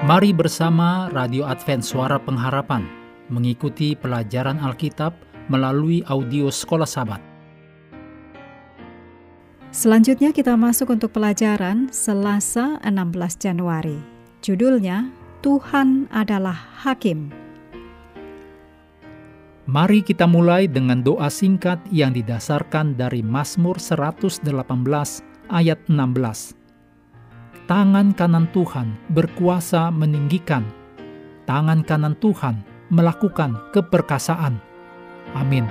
Mari bersama Radio Advent Suara Pengharapan mengikuti pelajaran Alkitab melalui audio Sekolah Sabat. Selanjutnya kita masuk untuk pelajaran Selasa 16 Januari. Judulnya, Tuhan adalah Hakim. Mari kita mulai dengan doa singkat yang didasarkan dari Mazmur 118 ayat 16. Tangan kanan Tuhan berkuasa meninggikan, tangan kanan Tuhan melakukan keperkasaan. Amin.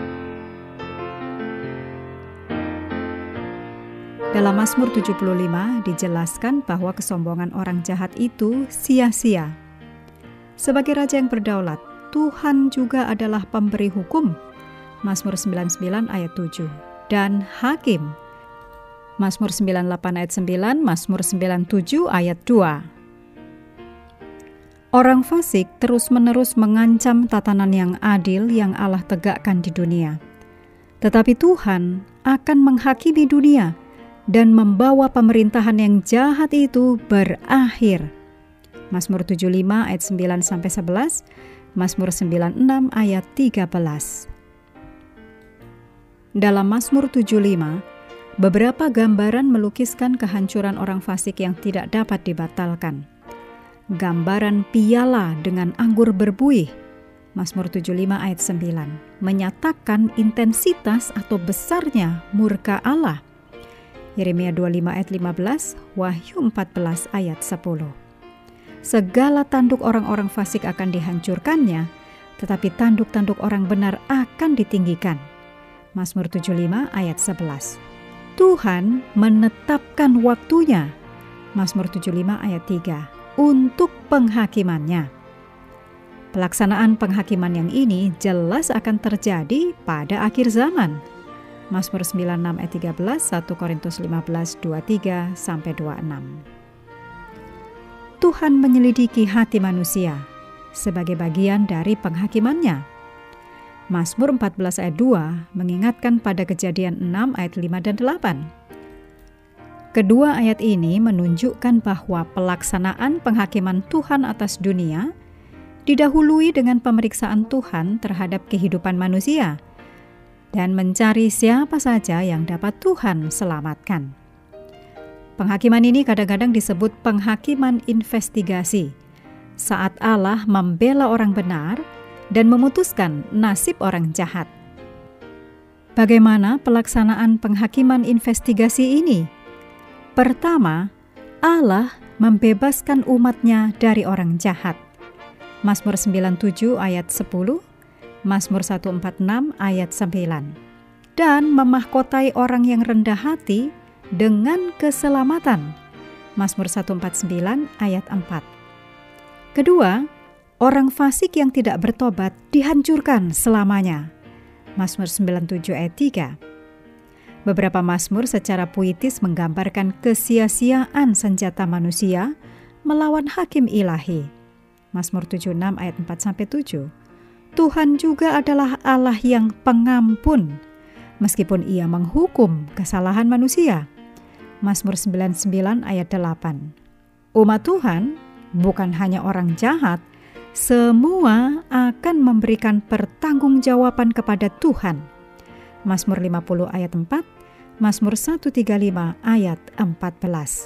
Dalam Mazmur 75 dijelaskan bahwa kesombongan orang jahat itu sia-sia. Sebagai raja yang berdaulat, Tuhan juga adalah pemberi hukum. Mazmur 99 ayat 7. Dan hakim. Mazmur 98 ayat 9, Mazmur 97 ayat 2. Orang fasik terus-menerus mengancam tatanan yang adil yang Allah tegakkan di dunia. Tetapi Tuhan akan menghakimi dunia dan membawa pemerintahan yang jahat itu berakhir. Mazmur 75 ayat 9-11, Mazmur 96 ayat 13. Dalam Mazmur 75, beberapa gambaran melukiskan kehancuran orang fasik yang tidak dapat dibatalkan. Gambaran piala dengan anggur berbuih, Mazmur 75 ayat 9, menyatakan intensitas atau besarnya murka Allah. Yeremia 25 ayat 15, Wahyu 14 ayat 10. Segala tanduk orang-orang fasik akan dihancurkannya, tetapi tanduk-tanduk orang benar akan ditinggikan. Mazmur 75 ayat 11. Tuhan menetapkan waktunya, Mazmur 75 ayat 3, untuk penghakimannya. Pelaksanaan penghakiman yang ini jelas akan terjadi pada akhir zaman. Mazmur 96 ayat 13, 1 Korintus 15, 23-26. Tuhan menyelidiki hati manusia sebagai bagian dari penghakimannya. Mazmur 14 ayat 2 mengingatkan pada Kejadian 6 ayat 5 dan 8. Kedua ayat ini menunjukkan bahwa pelaksanaan penghakiman Tuhan atas dunia didahului dengan pemeriksaan Tuhan terhadap kehidupan manusia dan mencari siapa saja yang dapat Tuhan selamatkan. Penghakiman ini kadang-kadang disebut penghakiman investigasi, saat Allah membela orang benar dan memutuskan nasib orang jahat. Bagaimana pelaksanaan penghakiman investigasi ini? Pertama, Allah membebaskan umatnya dari orang jahat. Mazmur 97 ayat 10, Mazmur 146 ayat 9. Dan memahkotai orang yang rendah hati dengan keselamatan. Mazmur 149 ayat 4. Kedua, orang fasik yang tidak bertobat dihancurkan selamanya. Mazmur 97 ayat 3. Beberapa mazmur secara puitis menggambarkan kesia-siaan senjata manusia melawan hakim ilahi. Mazmur 76 ayat 4-7. Tuhan juga adalah Allah yang pengampun, meskipun Ia menghukum kesalahan manusia. Mazmur 99 ayat 8. Umat Tuhan bukan hanya orang jahat, semua akan memberikan pertanggungjawaban kepada Tuhan. Mazmur 50 ayat 4, Mazmur 135 ayat 14.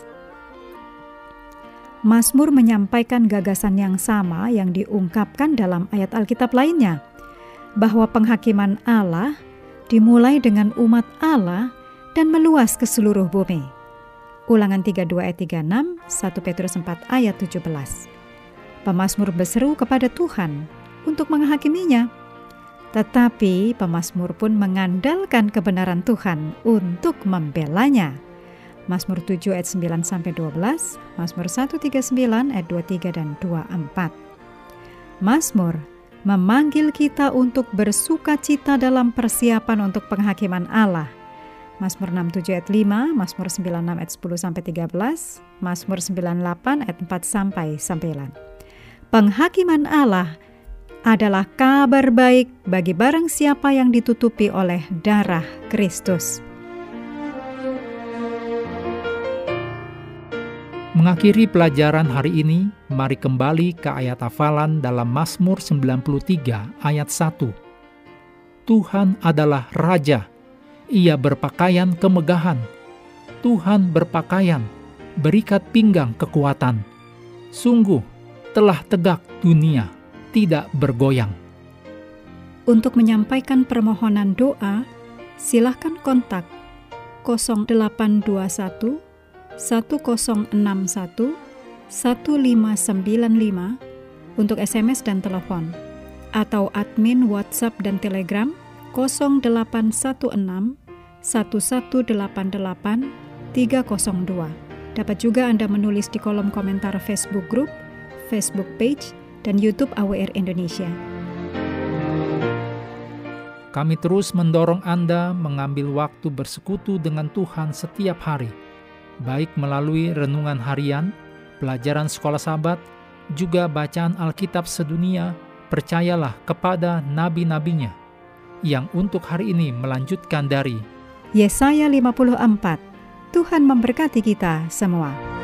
Mazmur menyampaikan gagasan yang sama yang diungkapkan dalam ayat Alkitab lainnya, bahwa penghakiman Allah dimulai dengan umat Allah dan meluas ke seluruh bumi. Ulangan 32 ayat 36, 1 Petrus 4 ayat 17. Pemazmur berseru kepada Tuhan untuk menghakiminya. Tetapi pemazmur pun mengandalkan kebenaran Tuhan untuk membelanya. Mazmur 7 ayat 9-12, Mazmur 139 ayat 23 dan 24. Mazmur memanggil kita untuk bersukacita dalam persiapan untuk penghakiman Allah. Mazmur 67 ayat 5, Mazmur 96 ayat 10-13, Mazmur 98 ayat 4-9. Penghakiman Allah adalah kabar baik bagi barang siapa yang ditutupi oleh darah Kristus. Mengakhiri pelajaran hari ini, mari kembali ke ayat hafalan dalam Mazmur 93 ayat 1. Tuhan adalah Raja, Ia berpakaian kemegahan. Tuhan berpakaian, berikat pinggang kekuatan. Sungguh, telah tegak dunia, tidak bergoyang. Untuk menyampaikan permohonan doa, silakan kontak 0821 1061 1595 untuk SMS dan telepon, atau admin WhatsApp dan Telegram 0816 1188 302. Dapat juga Anda menulis di kolom komentar Facebook Group, Facebook Page, dan YouTube AWR Indonesia. Kami terus mendorong Anda mengambil waktu bersekutu dengan Tuhan setiap hari, baik melalui renungan harian, pelajaran sekolah Sabat, juga bacaan Alkitab sedunia. Percayalah kepada nabi-nabinya, yang untuk hari ini melanjutkan dari Yesaya 54. Tuhan memberkati kita semua.